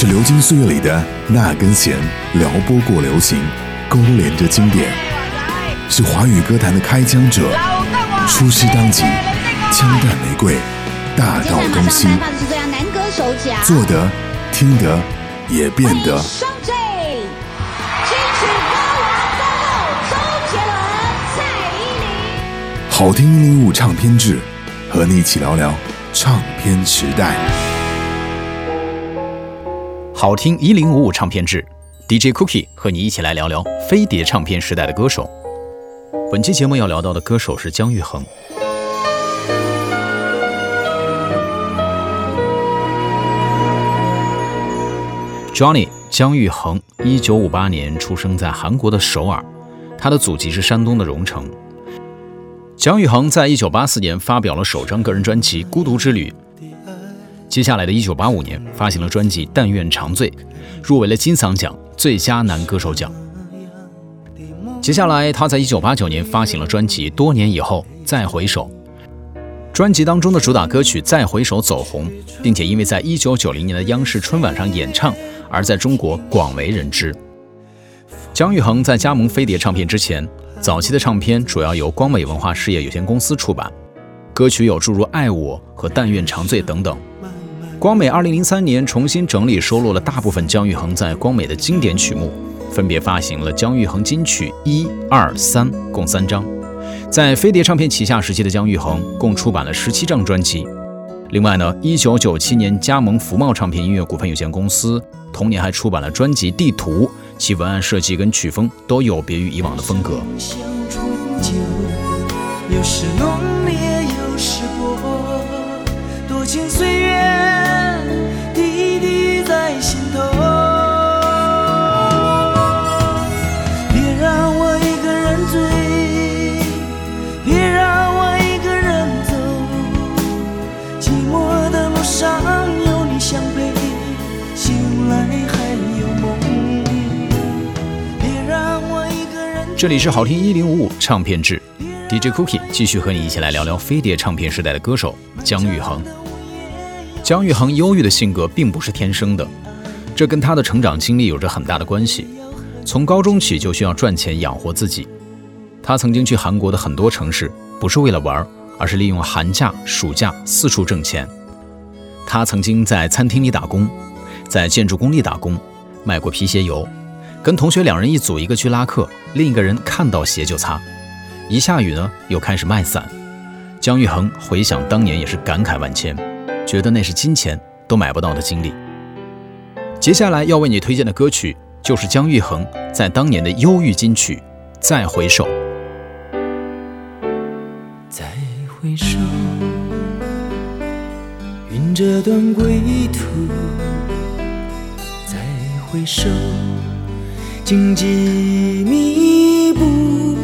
是流金岁月里的那根弦，撩拨过流行，勾连着经典。是华语歌坛的开疆者，出师当即，枪弹玫瑰，大道东西，做得、听得、也变得。好听105唱片志，和你一起聊聊唱片时代。 好听1055唱片志 ，DJ Cookie 和你一起来聊聊飞碟唱片时代的歌手。本期节目要聊到的歌手是姜育恒。Johnny 姜育恒1958年出生在韩国的首尔，他的祖籍是山东的荣成。姜育恒在1984年发表了首张个人专辑《孤独之旅》，接下来的1985年发行了专辑《但愿长醉》，入围了金嗓奖最佳男歌手奖。接下来他在1989年发行了专辑《多年以后再回首》，专辑当中的主打歌曲《再回首》走红，并且因为在1990年的央视春晚上演唱而在中国广为人知。姜育恒在加盟飞碟唱片之前，早期的唱片主要由光美文化事业有限公司出版，歌曲有诸如《爱我》和《但愿长醉》等等。光美2003年重新整理收录了大部分姜育恒在光美的经典曲目，分别发行了姜育恒金曲1、2、3共3张。在飞碟唱片旗下时期的姜育恒共出版了17张专辑。另外呢，1997年加盟福茂唱片音乐股份有限公司，同年还出版了专辑《地图》，其文案设计跟曲风都有别于以往的风格。 有时浓烈有时薄，多情岁月滴滴在心头，别让我一个人醉，别让我一个人走，寂寞的路上有你相陪，醒来还有梦，别让我一个人。 这里是好听1055唱片志， DJ Cookie 继续和你一起来聊聊飞碟唱片时代的歌手姜育恒。姜育恒忧郁的性格并不是天生的，这跟他的成长经历有着很大的关系。从高中起就需要赚钱养活自己。他曾经去韩国的很多城市，不是为了玩，而是利用寒假、暑假四处挣钱。他曾经在餐厅里打工，在建筑工地打工，卖过皮鞋油，跟同学2人一组，一个去拉客，另一个人看到鞋就擦。一下雨呢，又开始卖伞。姜育恒回想当年也是感慨万千，觉得那是金钱都买不到的经历。接下来要为你推荐的歌曲就是姜育恒在当年的忧郁金曲《再回首》。 再回首，云这段归途，再回首，荆棘密布，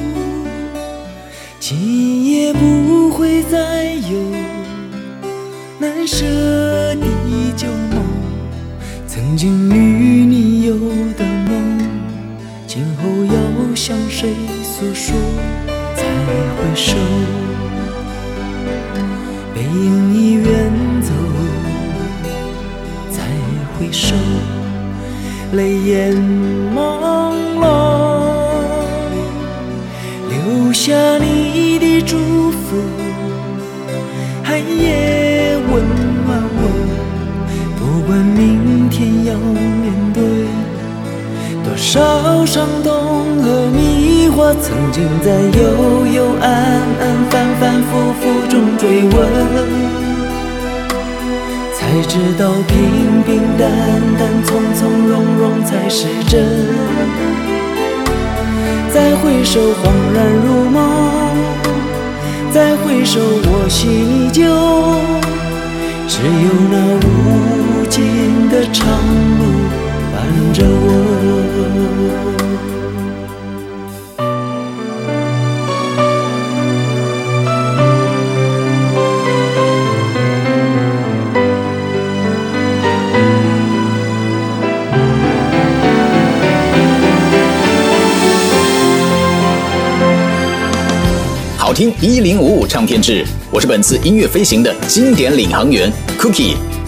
今夜不会再有难舍的旧梦，曾经与你有的梦，今后要向谁诉说？再回首，背影已远走，再回首，泪眼朦胧，留下你的祝福，寒夜温暖我，不管明天要面对多少伤痛和迷惑，曾经在幽幽暗暗反反复复中追问，才知道平平淡淡从从容容才是真。再回首恍然如梦，再回首我心依旧，只有那无尽的长路伴着我。 好听1055唱片志，我是本次音乐飞行的经典领航员 Cookie。